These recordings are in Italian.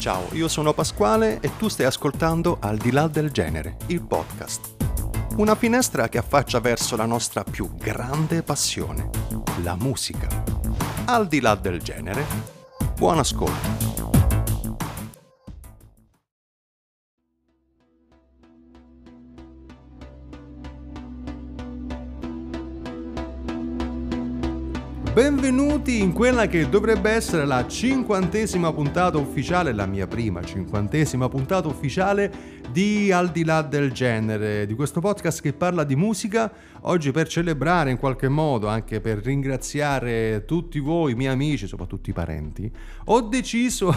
Ciao, io sono Pasquale e tu stai ascoltando Al di là del genere, il podcast. Una finestra che affaccia verso la nostra più grande passione, la musica. Al di là del genere, buon ascolto. Benvenuti in quella che dovrebbe essere la 50ª puntata ufficiale, la mia prima 50ª puntata ufficiale di Al di là del genere, di questo podcast che parla di musica. Oggi, per celebrare in qualche modo, anche per ringraziare tutti voi, miei amici, soprattutto i parenti, ho deciso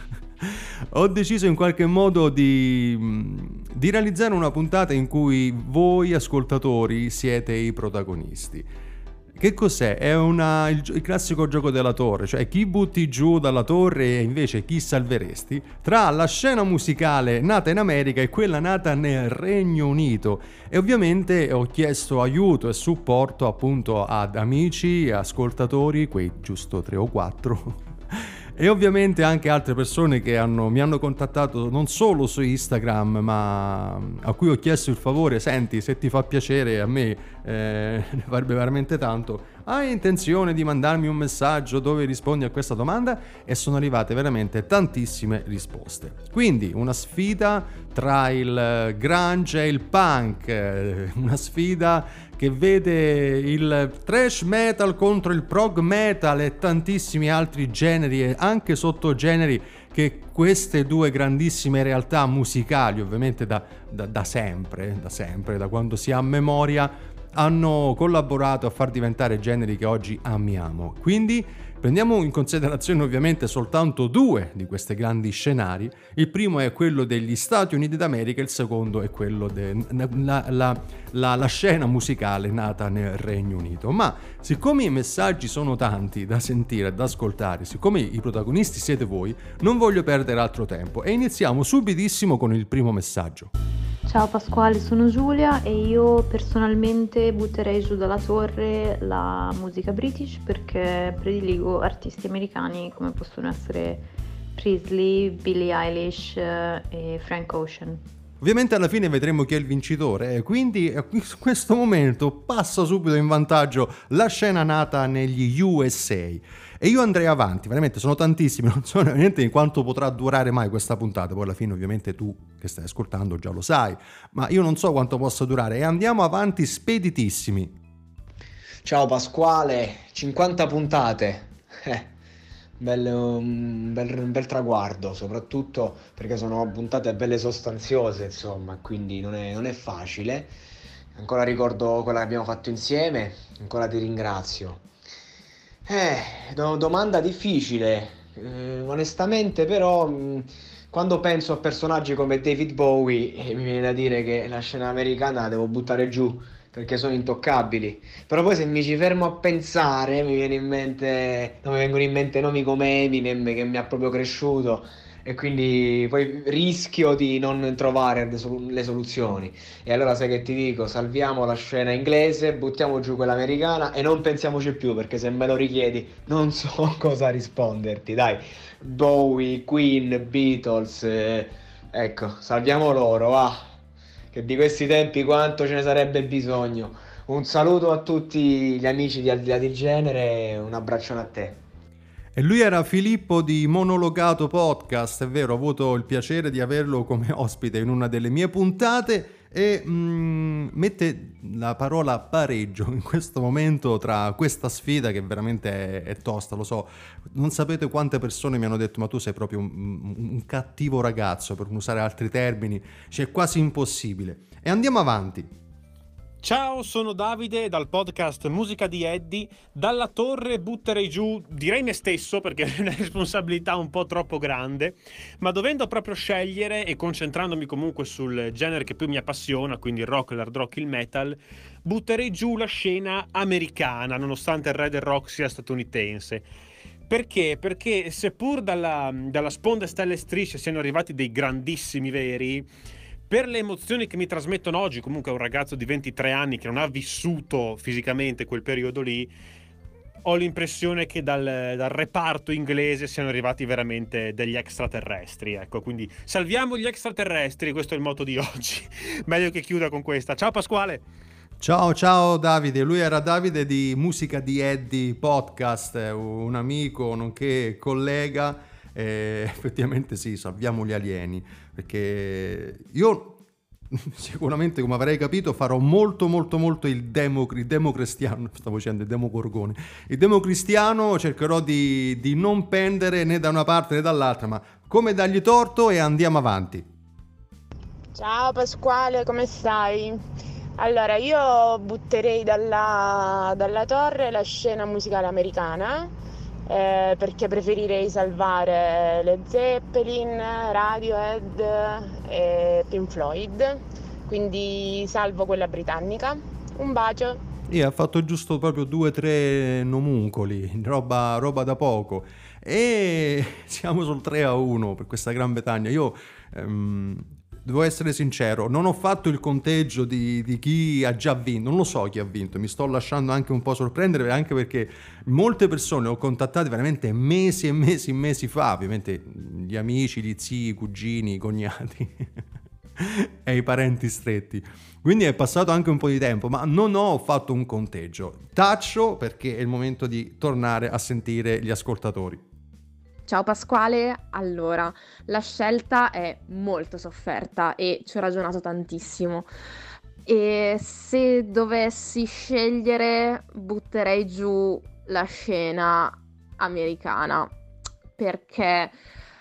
in qualche modo di realizzare una puntata in cui voi ascoltatori siete i protagonisti. Che cos'è? È il classico gioco della torre, cioè chi butti giù dalla torre e invece chi salveresti, tra la scena musicale nata in America e quella nata nel Regno Unito. E ovviamente ho chiesto aiuto e supporto appunto ad amici, ascoltatori, quei giusto 3 o 4, e ovviamente anche altre persone che mi hanno contattato non solo su Instagram, ma a cui ho chiesto il favore: senti, se ti fa piacere, a me ne farebbe veramente tanto, hai intenzione di mandarmi un messaggio dove rispondi a questa domanda? E sono arrivate veramente tantissime risposte. Quindi una sfida tra il grunge e il punk, una sfida che vede il thrash metal contro il prog metal e tantissimi altri generi e anche sottogeneri che queste due grandissime realtà musicali, ovviamente da sempre, da quando si ha memoria, hanno collaborato a far diventare generi che oggi amiamo. Quindi prendiamo in considerazione ovviamente soltanto due di questi grandi scenari. Il primo è quello degli Stati Uniti d'America, il secondo è quello della scena musicale nata nel Regno Unito. Ma siccome i messaggi sono tanti da sentire, da ascoltare, siccome i protagonisti siete voi, non voglio perdere altro tempo e iniziamo subitissimo con il primo messaggio. Ciao Pasquale, sono Giulia e io personalmente butterei giù dalla torre la musica british perché prediligo artisti americani come possono essere Presley, Billie Eilish e Frank Ocean. Ovviamente alla fine vedremo chi è il vincitore, quindi in questo momento passa subito in vantaggio la scena nata negli USA. E io andrei avanti, veramente sono tantissimi, non so veramente in quanto potrà durare mai questa puntata, poi alla fine ovviamente tu che stai ascoltando già lo sai, ma io non so quanto possa durare e andiamo avanti speditissimi. Ciao Pasquale, 50 puntate, un bel traguardo, soprattutto perché sono puntate belle sostanziose, insomma, quindi non è facile. Ancora ricordo quella che abbiamo fatto insieme, ancora ti ringrazio. Domanda difficile, onestamente, però quando penso a personaggi come David Bowie, mi viene da dire che la scena americana la devo buttare giù perché sono intoccabili. Però poi se mi ci fermo a pensare non mi vengono in mente nomi come Eminem, che mi ha proprio cresciuto, e quindi poi rischio di non trovare le soluzioni. E allora sai che ti dico, salviamo la scena inglese, buttiamo giù quella americana e non pensiamoci più, perché se me lo richiedi non so cosa risponderti. Dai, Bowie, Queen, Beatles, ecco, salviamo loro, va, che di questi tempi quanto ce ne sarebbe bisogno. Un saluto a tutti gli amici di Al di là di genere e un abbraccione a te. E lui era Filippo di Monologato Podcast, è vero, ho avuto il piacere di averlo come ospite in una delle mie puntate e mette la parola pareggio in questo momento tra questa sfida che veramente è tosta, lo so. Non sapete quante persone mi hanno detto: ma tu sei proprio un cattivo ragazzo, per non usare altri termini, cioè è quasi impossibile. E andiamo avanti. Ciao, sono Davide dal podcast Musica di Eddie. Dalla torre butterei giù, direi me stesso, perché è una responsabilità un po' troppo grande, ma dovendo proprio scegliere e concentrandomi comunque sul genere che più mi appassiona, quindi il rock, l'hard rock, il metal, butterei giù la scena americana, nonostante il re del rock sia statunitense. Perché? Perché seppur dalla sponda Stelle e Strisce siano arrivati dei grandissimi veri, per le emozioni che mi trasmettono oggi, comunque un ragazzo di 23 anni che non ha vissuto fisicamente quel periodo lì, ho l'impressione che dal reparto inglese siano arrivati veramente degli extraterrestri, ecco, quindi salviamo gli extraterrestri, questo è il motto di oggi. Meglio che chiuda con questa. Ciao Pasquale. Ciao Davide, lui era Davide di Musica di Eddie Podcast, un amico nonché collega, effettivamente sì, salviamo gli alieni, perché io sicuramente, come avrei capito, farò molto il democristiano, stavo dicendo il demogorgone, il democristiano, cercherò di non pendere né da una parte né dall'altra, ma come dargli torto, e andiamo avanti. Ciao Pasquale, come stai? Allora, io butterei dalla torre la scena musicale americana, perché preferirei salvare Led Zeppelin, Radiohead e Pink Floyd, quindi salvo quella britannica. Un bacio. Io ha fatto giusto proprio 2 o 3 nomuncoli, roba da poco, e siamo sul 3-1 per questa Gran Bretagna. Io devo essere sincero, non ho fatto il conteggio di chi ha già vinto, non lo so chi ha vinto, mi sto lasciando anche un po' sorprendere, anche perché molte persone ho contattate veramente mesi e mesi fa, ovviamente gli amici, gli zii, i cugini, i cognati e i parenti stretti, quindi è passato anche un po' di tempo, ma non ho fatto un conteggio. Taccio, perché è il momento di tornare a sentire gli ascoltatori. Ciao Pasquale, allora, la scelta è molto sofferta e ci ho ragionato tantissimo, e se dovessi scegliere butterei giù la scena americana, perché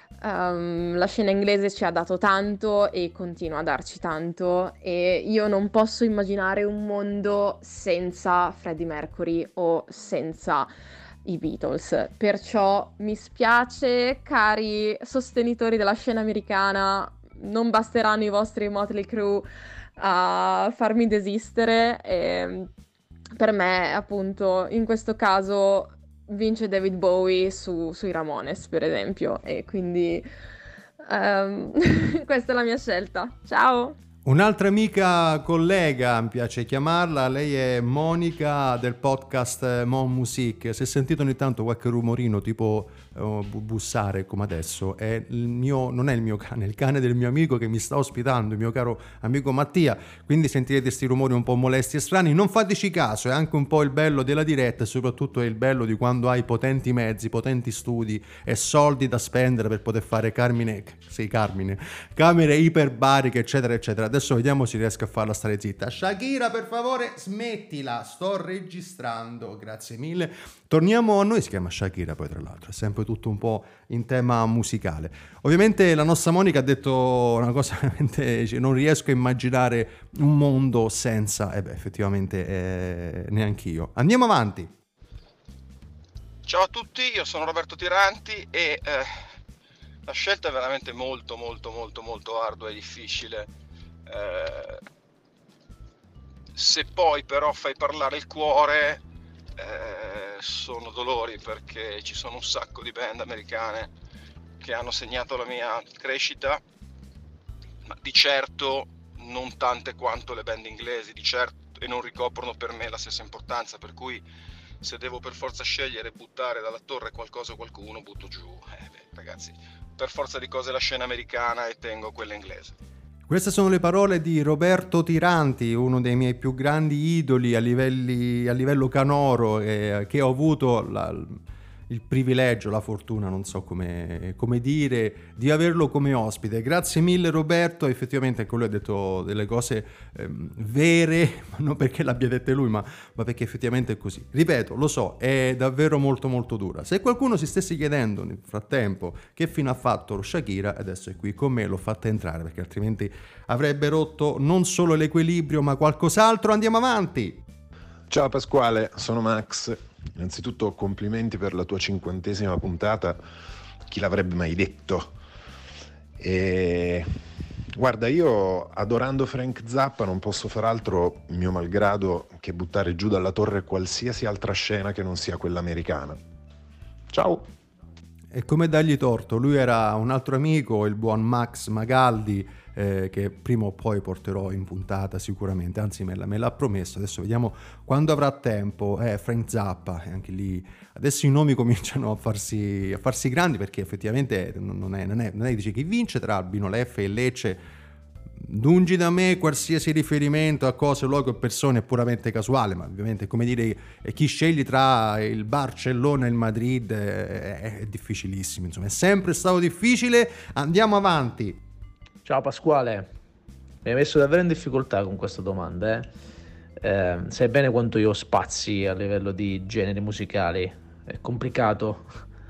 la scena inglese ci ha dato tanto e continua a darci tanto, e io non posso immaginare un mondo senza Freddie Mercury o senza i Beatles, perciò mi spiace, cari sostenitori della scena americana, non basteranno i vostri Motley Crue a farmi desistere, e per me, appunto, in questo caso vince David Bowie sui Ramones, per esempio, e quindi questa è la mia scelta. Ciao! Un'altra amica collega, mi piace chiamarla, lei è Monica del podcast Mon Music. Si è sentito ogni tanto qualche rumorino tipo bussare come adesso, non è il mio cane, è il cane del mio amico che mi sta ospitando, il mio caro amico Mattia, quindi sentirete questi rumori un po' molesti e strani. Non fateci caso, è anche un po' il bello della diretta, e soprattutto è il bello di quando hai potenti mezzi, potenti studi e soldi da spendere per poter fare camere iperbariche, eccetera eccetera. Adesso vediamo se riesco a farla stare zitta. Shakira, per favore smettila, sto registrando, grazie mille. Torniamo a noi, si chiama Shakira poi, tra l'altro, è sempre tutto un po' in tema musicale. Ovviamente la nostra Monica ha detto una cosa veramente, non riesco a immaginare un mondo senza, effettivamente neanch'io. Andiamo avanti. Ciao a tutti, io sono Roberto Tiranti e la scelta è veramente molto ardua e difficile. Se poi però fai parlare il cuore, sono dolori, perché ci sono un sacco di band americane che hanno segnato la mia crescita, ma di certo non tante quanto le band inglesi, di certo, e non ricoprono per me la stessa importanza, per cui se devo per forza scegliere, buttare dalla torre qualcosa o qualcuno, butto giù, ragazzi, per forza di cose la scena americana e tengo quella inglese. Queste sono le parole di Roberto Tiranti, uno dei miei più grandi idoli a livello canoro, che ho avuto il privilegio, la fortuna, non so come dire, di averlo come ospite. Grazie mille Roberto, effettivamente anche lui ha detto delle cose vere, ma non perché l'abbia dette lui, ma perché effettivamente è così. Ripeto, lo so, è davvero molto dura. Se qualcuno si stesse chiedendo nel frattempo che fine ha fatto lo Shakira, adesso è qui con me, l'ho fatta entrare, perché altrimenti avrebbe rotto non solo l'equilibrio ma qualcos'altro. Andiamo avanti. Ciao Pasquale, sono Max. Innanzitutto complimenti per la tua 50ª puntata, chi l'avrebbe mai detto? E guarda, io adorando Frank Zappa non posso far altro, mio malgrado, che buttare giù dalla torre qualsiasi altra scena che non sia quella americana. Ciao! E come dargli torto, lui era un altro amico, il buon Max Magaldi, che prima o poi porterò in puntata sicuramente, anzi me l'ha promesso. Adesso vediamo quando avrà tempo. Frank Zappa, anche lì adesso i nomi cominciano a farsi grandi, perché effettivamente non è dice chi vince tra Albino Leffe e Lecce. Lungi da me qualsiasi riferimento a cose, luoghi o persone è puramente casuale, ma ovviamente come dire chi scegli tra il Barcellona e il Madrid è difficilissimo, insomma è sempre stato difficile. Andiamo avanti. Ciao Pasquale, mi hai messo davvero in difficoltà con questa domanda, sai bene quanto io spazi a livello di generi musicali, è complicato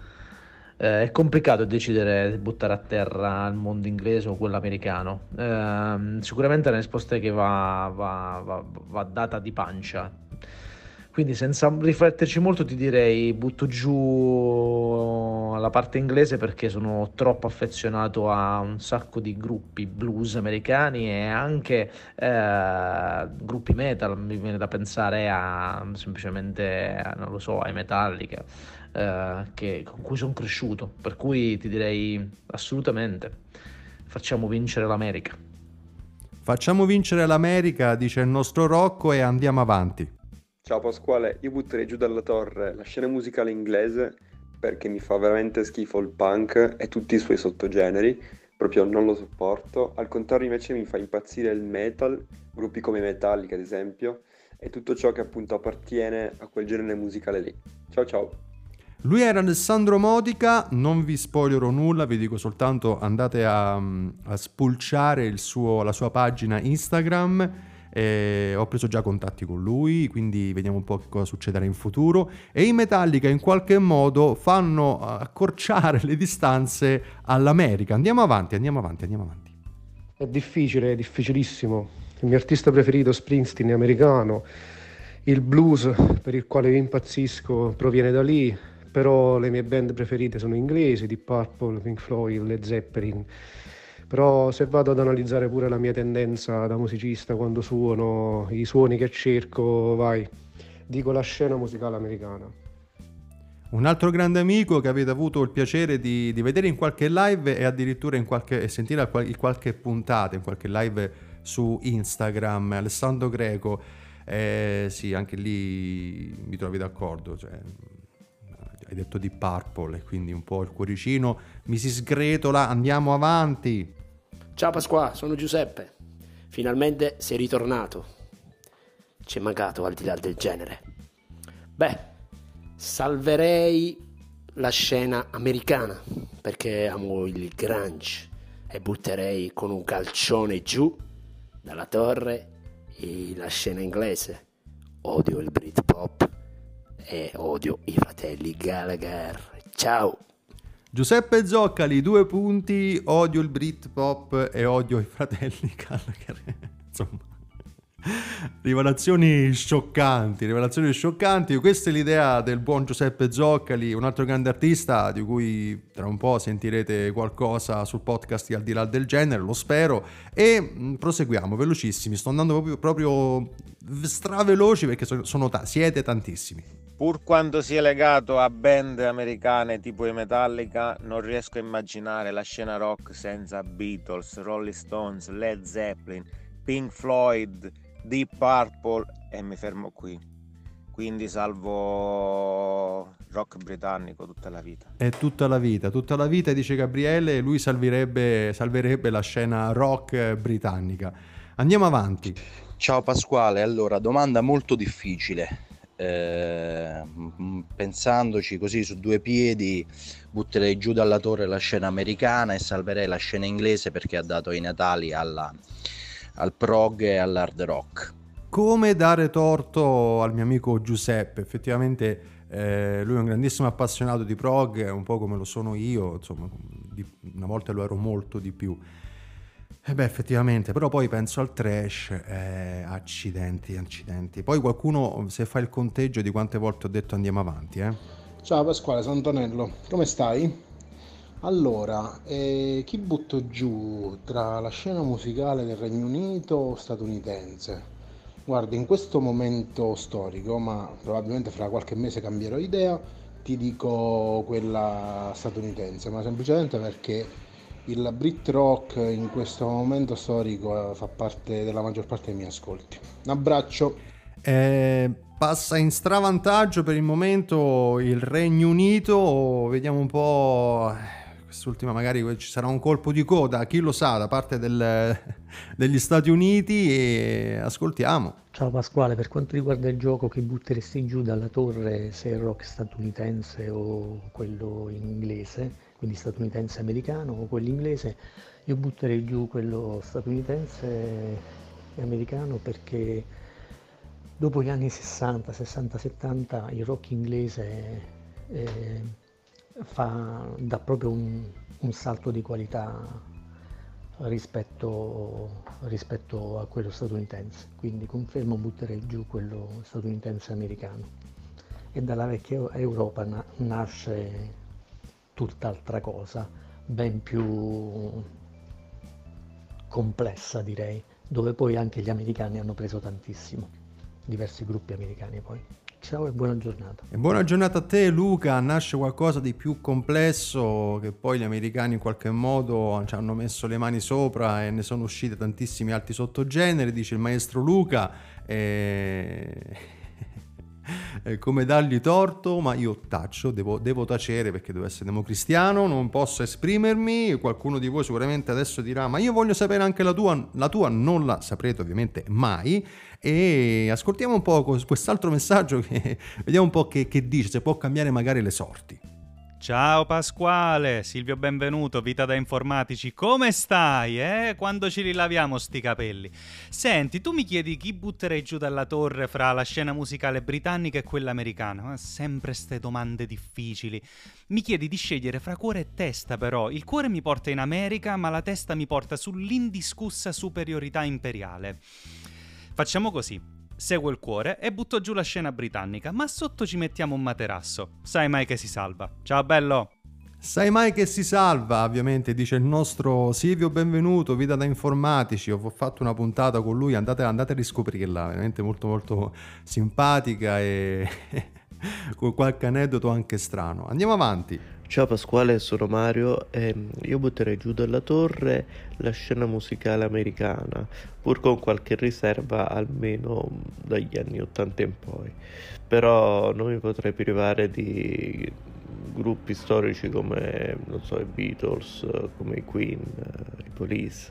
decidere di buttare a terra il mondo inglese o quello americano. Sicuramente è una risposta che va data di pancia, quindi senza rifletterci molto ti direi butto giù la parte inglese, perché sono troppo affezionato a un sacco di gruppi blues americani e anche gruppi metal. Mi viene da pensare semplicemente non lo so, ai Metallica, con cui sono cresciuto, per cui ti direi assolutamente facciamo vincere l'America. Facciamo vincere l'America, dice il nostro Rocco, e andiamo avanti. Ciao Pasquale, io butterei giù dalla torre la scena musicale inglese, perché mi fa veramente schifo il punk e tutti i suoi sottogeneri, proprio non lo sopporto. Al contrario invece mi fa impazzire il metal, gruppi come Metallica ad esempio, e tutto ciò che appunto appartiene a quel genere musicale lì. Ciao ciao! Lui era Alessandro Modica, non vi spoilerò nulla, vi dico soltanto andate a spulciare la sua pagina Instagram. Ho preso già contatti con lui, quindi vediamo un po' che cosa succederà in futuro. E i Metallica in qualche modo fanno accorciare le distanze all'America. Andiamo avanti. È difficile, è difficilissimo. Il mio artista preferito, Springsteen, è americano. Il blues, per il quale impazzisco, proviene da lì. Però le mie band preferite sono inglesi, Deep Purple, Pink Floyd, Led Zeppelin. Però se vado ad analizzare pure la mia tendenza da musicista quando suono, i suoni che cerco, dico la scena musicale americana. Un altro grande amico che avete avuto il piacere di vedere in qualche live e addirittura sentire in qualche puntata, in qualche live su Instagram, Alessandro Greco. Sì, anche lì mi trovi d'accordo, cioè, hai detto di Purple e quindi un po' il cuoricino mi si sgretola. Andiamo avanti. Ciao Pasqua, sono Giuseppe. Finalmente sei ritornato. Ci è mancato al di là del genere. Salverei la scena americana perché amo il grunge e butterei con un calcione giù dalla torre la scena inglese. Odio il Britpop e odio i fratelli Gallagher. Ciao. Giuseppe Zoccali, 2 punti, odio il Britpop e odio i fratelli Gallagher. Insomma, rivelazioni scioccanti. Questa è l'idea del buon Giuseppe Zoccali, un altro grande artista di cui tra un po' sentirete qualcosa sul podcast di Al di là del genere, lo spero. E proseguiamo velocissimi, sto andando proprio straveloci perché siete tantissimi. Pur quando sia legato a band americane tipo i Metallica, non riesco a immaginare la scena rock senza Beatles, Rolling Stones, Led Zeppelin, Pink Floyd, Deep Purple e mi fermo qui. Quindi salvo rock britannico tutta la vita. È tutta la vita, dice Gabriele, lui salverebbe la scena rock britannica. Andiamo avanti. Ciao Pasquale, allora domanda molto difficile. Pensandoci così su 2 piedi, butterei giù dalla torre la scena americana e salverei la scena inglese perché ha dato i natali al prog e all'hard rock. Come dare torto al mio amico Giuseppe? Effettivamente lui è un grandissimo appassionato di prog, un po' come lo sono io, insomma, una volta lo ero molto di più. Effettivamente, però poi penso al trash, accidenti. Poi qualcuno, se fa il conteggio di quante volte ho detto andiamo avanti, Ciao Pasquale, sono Antonello, come stai? Allora, chi butto giù tra la scena musicale del Regno Unito o statunitense? Guarda, in questo momento storico, ma probabilmente fra qualche mese cambierò idea, ti dico quella statunitense, ma semplicemente perché il Brit Rock in questo momento storico fa parte della maggior parte dei miei ascolti. Un abbraccio. Passa in stravantaggio per il momento il Regno Unito, vediamo un po'. Quest'ultima magari ci sarà un colpo di coda, chi lo sa, da parte degli Stati Uniti, e ascoltiamo. Ciao Pasquale, per quanto riguarda il gioco, che butteresti giù dalla torre, se è rock statunitense o quello inglese, quindi statunitense americano o quello inglese, io butterei giù quello statunitense e americano, perché dopo gli anni 60, 60, 70 il rock inglese dà proprio un salto di qualità rispetto a quello statunitense, quindi confermo, butterei giù quello statunitense americano, e dalla vecchia Europa nasce tutt'altra cosa, ben più complessa direi, dove poi anche gli americani hanno preso tantissimo, diversi gruppi americani poi. Ciao e buona giornata. E buona giornata a te Luca. Nasce qualcosa di più complesso che poi gli americani in qualche modo ci hanno messo le mani sopra e ne sono usciti tantissimi altri sottogeneri, dice il maestro Luca. Come dargli torto, ma io taccio, devo tacere perché devo essere democristiano, non posso esprimermi. Qualcuno di voi sicuramente adesso dirà: ma io voglio sapere anche la tua non la saprete ovviamente mai. E ascoltiamo un po' quest'altro messaggio che vediamo un po' che dice, se può cambiare magari le sorti. Ciao Pasquale, Silvio benvenuto, Vita da Informatici, come stai? Quando ci rilaviamo sti capelli? Senti, tu mi chiedi chi butterei giù dalla torre fra la scena musicale britannica e quella americana? Sempre ste domande difficili. Mi chiedi di scegliere fra cuore e testa, però. Il cuore mi porta in America, ma la testa mi porta sull'indiscussa superiorità imperiale. Facciamo così. Seguo il cuore e butto giù la scena britannica, ma sotto ci mettiamo un materasso. Sai mai che si salva. Ciao bello! Sai mai che si salva, ovviamente, dice il nostro Silvio benvenuto, Vita da Informatici. Ho fatto una puntata con lui, andate a riscoprirla, veramente molto molto simpatica e con qualche aneddoto anche strano. Andiamo avanti. Ciao Pasquale, sono Mario e io butterei giù dalla torre la scena musicale americana, pur con qualche riserva almeno dagli anni 80 in poi. Però non mi potrei privare di gruppi storici come, non so, i Beatles, come i Queen, i Police.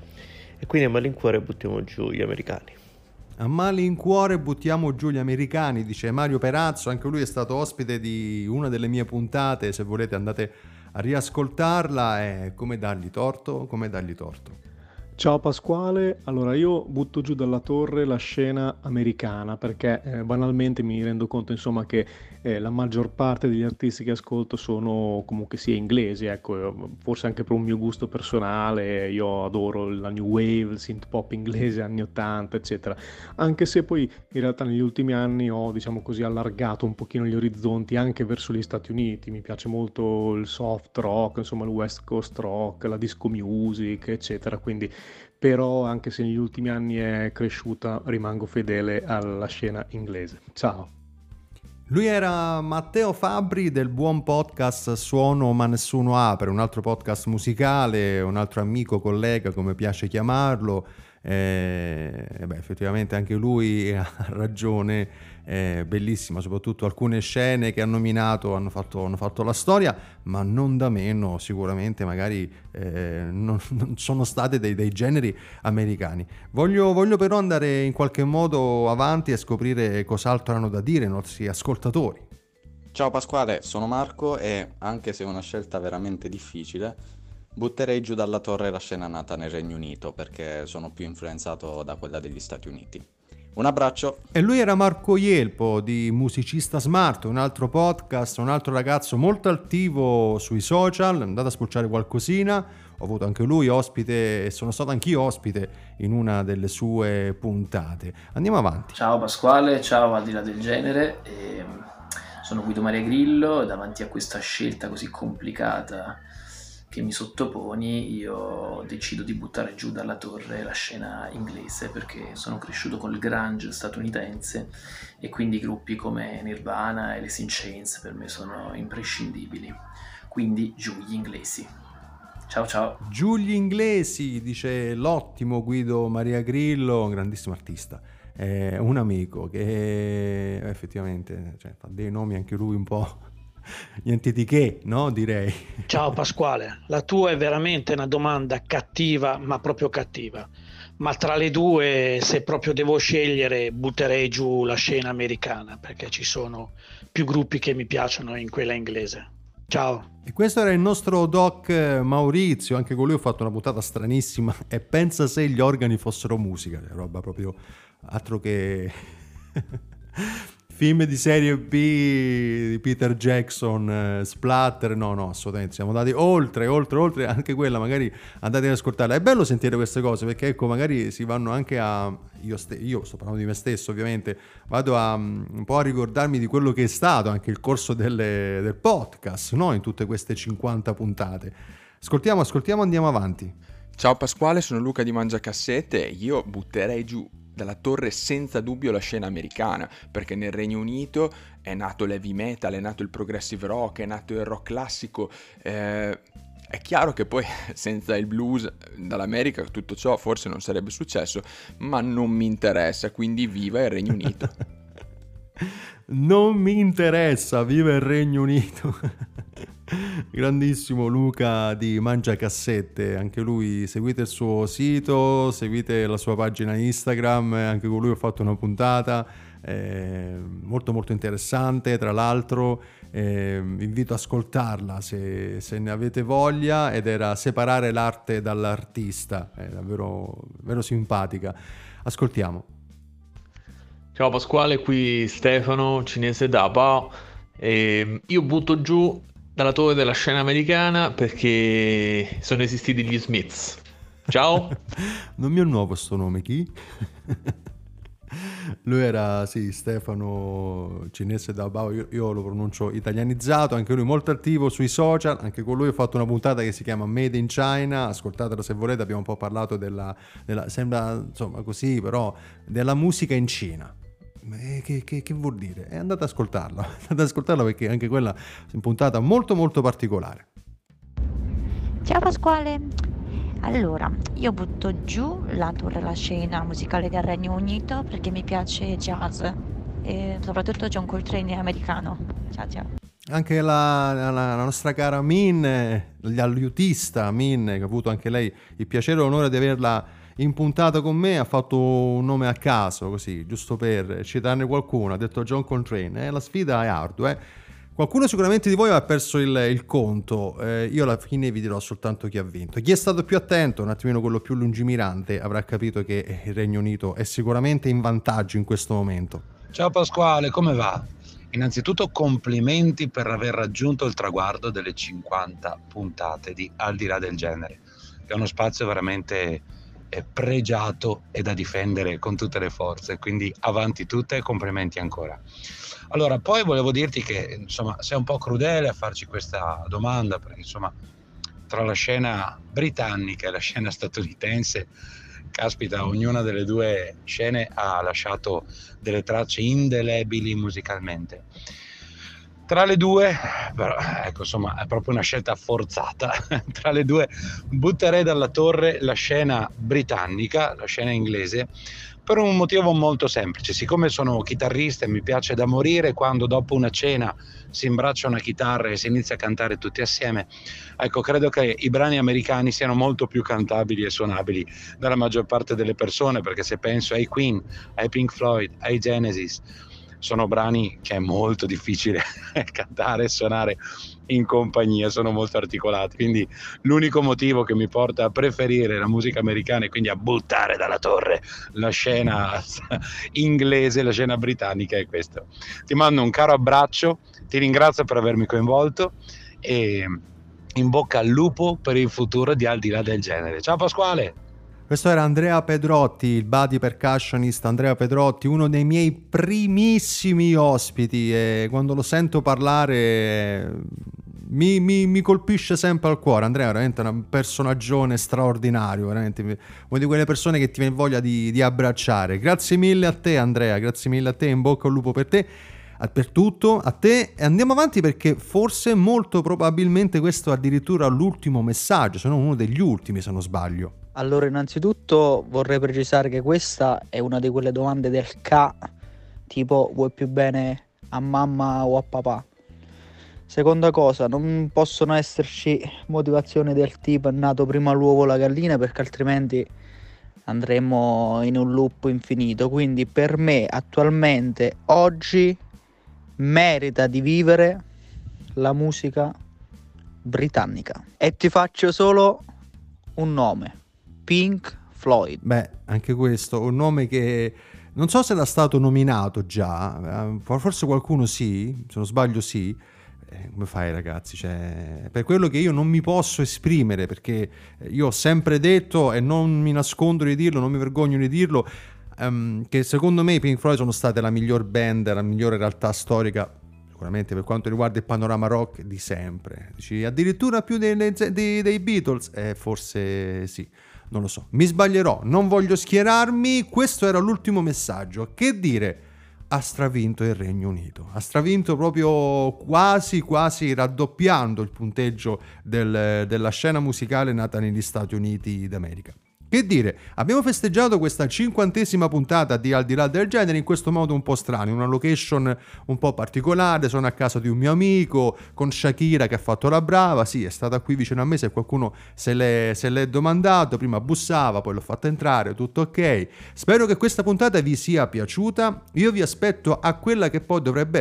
E quindi a malincuore buttiamo giù gli americani. A malincuore buttiamo giù gli americani, dice Mario Perazzo, anche lui è stato ospite di una delle mie puntate, se volete andate a riascoltarla. Come dargli torto, come dargli torto. Ciao Pasquale, allora io butto giù dalla torre la scena americana perché banalmente mi rendo conto insomma che la maggior parte degli artisti che ascolto sono comunque sia inglesi, ecco, forse anche per un mio gusto personale, io adoro la new wave, il synth pop inglese anni 80 eccetera, anche se poi in realtà negli ultimi anni ho, diciamo così, allargato un pochino gli orizzonti anche verso gli Stati Uniti. Mi piace molto il soft rock, insomma il west coast rock, la disco music eccetera, quindi però anche se negli ultimi anni è cresciuta rimango fedele alla scena inglese. Ciao. Lui era Matteo Fabbri del buon podcast Suono ma nessuno apre, un altro podcast musicale, un altro amico, collega come piace chiamarlo. Effettivamente anche lui ha ragione, bellissima, soprattutto alcune scene che ha nominato hanno fatto la storia, ma non da meno sicuramente magari non sono state dei generi americani. Voglio però andare in qualche modo avanti e scoprire cos'altro hanno da dire i nostri ascoltatori. Ciao Pasquale, sono Marco e anche se è una scelta veramente difficile, butterei giù dalla torre la scena nata nel Regno Unito perché sono più influenzato da quella degli Stati Uniti. Un abbraccio! E lui era Marco Ielpo di Musicista Smart, un altro podcast, un altro ragazzo molto attivo sui social, andate a spulciare qualcosina. Ho avuto anche lui ospite e sono stato anch'io ospite in una delle sue puntate. Andiamo avanti. Ciao Pasquale, ciao Al di là del genere. Sono Guido Maria Grillo e davanti a questa scelta così complicata che mi sottoponi io decido di buttare giù dalla torre la scena inglese perché sono cresciuto col grunge statunitense e quindi gruppi come Nirvana e Alice in Chains per me sono imprescindibili, quindi giù gli inglesi. Ciao ciao. Giù gli inglesi, dice l'ottimo Guido Maria Grillo, un grandissimo artista. Un amico che effettivamente fa dei nomi anche lui un po' niente di che, no? Direi. Ciao Pasquale, la tua è veramente una domanda cattiva, ma proprio cattiva. Ma tra le due, se proprio devo scegliere, butterei giù la scena americana, perché ci sono più gruppi che mi piacciono in quella inglese. Ciao. E questo era il nostro doc Maurizio, anche con lui ho fatto una puntata stranissima, e pensa se gli organi fossero musica, roba proprio altro che film di serie B di Peter Jackson, splatter, no, assolutamente, siamo andati oltre, anche quella, magari andate ad ascoltarla. È bello sentire queste cose, perché ecco, magari si vanno anche io sto parlando di me stesso ovviamente, vado un po' a ricordarmi di quello che è stato anche il corso del podcast, no? In tutte queste 50 puntate. Ascoltiamo, andiamo avanti. Ciao Pasquale, sono Luca di Mangiacassette e io butterei giù dalla torre senza dubbio la scena americana, perché nel Regno Unito è nato l'heavy metal, è nato il progressive rock, è nato il rock classico. È chiaro che poi senza il blues dall'America tutto ciò forse non sarebbe successo, ma non mi interessa, quindi viva il Regno Unito. Non mi interessa, viva il Regno Unito. Grandissimo Luca di Mangiacassette, anche lui, seguite il suo sito, seguite la sua pagina Instagram, anche con lui ho fatto una puntata molto molto interessante, tra l'altro vi invito ad ascoltarla se ne avete voglia, ed era Separare l'arte dall'artista, è davvero simpatica. Ascoltiamo. Ciao Pasquale, qui Stefano, cinese da Pao. Io butto giù dalla torre della scena americana perché sono esistiti gli Smiths. Ciao. Non mi è nuovo sto nome, chi? Lui era, sì, Stefano, cinese da Bao, io lo pronuncio italianizzato, anche lui molto attivo sui social, anche con lui ho fatto una puntata che si chiama Made in China, ascoltatela se volete, abbiamo un po' parlato della sembra insomma così, però della musica in Cina. Che vuol dire? Andate ad ascoltarla, perché anche quella è una puntata molto molto particolare. Ciao Pasquale, allora io butto giù la torre la scena musicale del Regno Unito perché mi piace jazz e soprattutto John Coltrane è americano. Ciao. Anche la nostra cara Min, l'alliutista Min, che ha avuto anche lei il piacere e l'onore di averla in puntata con me, ha fatto un nome a caso, così, giusto per citarne qualcuno, ha detto John Coltrane. La sfida è ardua, Qualcuno sicuramente di voi ha perso il conto, io alla fine vi dirò soltanto chi ha vinto. Chi è stato più attento, un attimino quello più lungimirante, avrà capito che il Regno Unito è sicuramente in vantaggio in questo momento. Ciao Pasquale, come va? Innanzitutto complimenti per aver raggiunto il traguardo delle 50 puntate di Al di là del genere, che è uno spazio veramente pregiato e da difendere con tutte le forze, quindi avanti tutte e complimenti ancora. Allora, poi volevo dirti che insomma sei un po' crudele a farci questa domanda, perché insomma tra la scena britannica e la scena statunitense, caspita, ognuna delle due scene ha lasciato delle tracce indelebili musicalmente. Tra le due, però, ecco, insomma, è proprio una scelta forzata. Tra le due butterei dalla torre la scena britannica, la scena inglese, per un motivo molto semplice. Siccome sono chitarrista e mi piace da morire, quando dopo una cena si imbraccia una chitarra e si inizia a cantare tutti assieme, ecco, credo che i brani americani siano molto più cantabili e suonabili dalla maggior parte delle persone, perché se penso ai Queen, ai Pink Floyd, ai Genesis, sono brani che è molto difficile cantare e suonare in compagnia, sono molto articolati, quindi l'unico motivo che mi porta a preferire la musica americana e quindi a buttare dalla torre la scena inglese, la scena britannica è questo. Ti mando un caro abbraccio, ti ringrazio per avermi coinvolto e in bocca al lupo per il futuro di Al di là del genere. Ciao Pasquale! Questo era Andrea Pedrotti, il body percussionist Andrea Pedrotti, uno dei miei primissimi ospiti, e quando lo sento parlare mi colpisce sempre al cuore. Andrea è veramente un personaggione straordinario, veramente una di quelle persone che ti viene voglia di abbracciare. Grazie mille a te Andrea, grazie mille a te, in bocca al lupo per te. per tutto, a te, e andiamo avanti perché forse, molto probabilmente, questo è addirittura l'ultimo messaggio, se non uno degli ultimi se non sbaglio. Allora, innanzitutto vorrei precisare che questa è una di quelle domande del tipo vuoi più bene a mamma o a papà? Seconda cosa, non possono esserci motivazioni del tipo è nato prima l'uovo o la gallina, perché altrimenti andremo in un loop infinito. Quindi per me attualmente, oggi, merita di vivere la musica britannica. E ti faccio solo un nome: Pink Floyd. Beh, anche questo, un nome che non so se era stato nominato già, forse qualcuno sì, se non sbaglio sì. Come fai, ragazzi? Cioè, per quello che io non mi posso esprimere, perché io ho sempre detto, e non mi nascondo di dirlo, non mi vergogno di dirlo, che secondo me i Pink Floyd sono state la miglior band, la migliore realtà storica, sicuramente per quanto riguarda il panorama rock, di sempre. Dici, addirittura più dei Beatles? Forse sì, non lo so, mi sbaglierò, non voglio schierarmi. Questo era l'ultimo messaggio. Che dire? Ha stravinto il Regno Unito, ha stravinto proprio quasi raddoppiando il punteggio della scena musicale nata negli Stati Uniti d'America. Che dire, abbiamo festeggiato questa 50ª puntata di Al di là del genere in questo modo un po' strano, in una location un po' particolare. Sono a casa di un mio amico con Shakira che ha fatto la brava, sì, è stata qui vicino a me, se qualcuno se l'è domandato, prima bussava, poi l'ho fatta entrare, tutto ok. Spero che questa puntata vi sia piaciuta. Io vi aspetto in quella che poi dovrebbe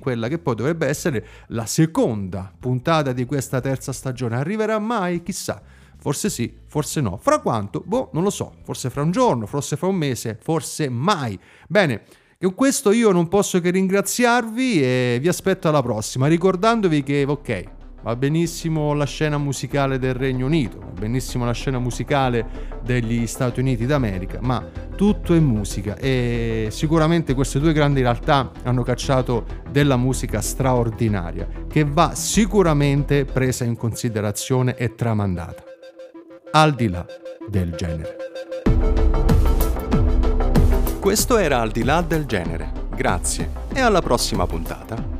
essere la seconda puntata di questa terza stagione. Arriverà mai? Chissà. Forse sì, forse no. Fra quanto? Non lo so. Forse fra un giorno, forse fra un mese, forse mai. Bene, con questo io non posso che ringraziarvi e vi aspetto alla prossima, ricordandovi che, ok, va benissimo la scena musicale del Regno Unito, va benissimo la scena musicale degli Stati Uniti d'America, ma tutto è musica e sicuramente queste due grandi realtà hanno cacciato della musica straordinaria che va sicuramente presa in considerazione e tramandata. Al di là del genere. Questo era Al di là del genere. Grazie e alla prossima puntata.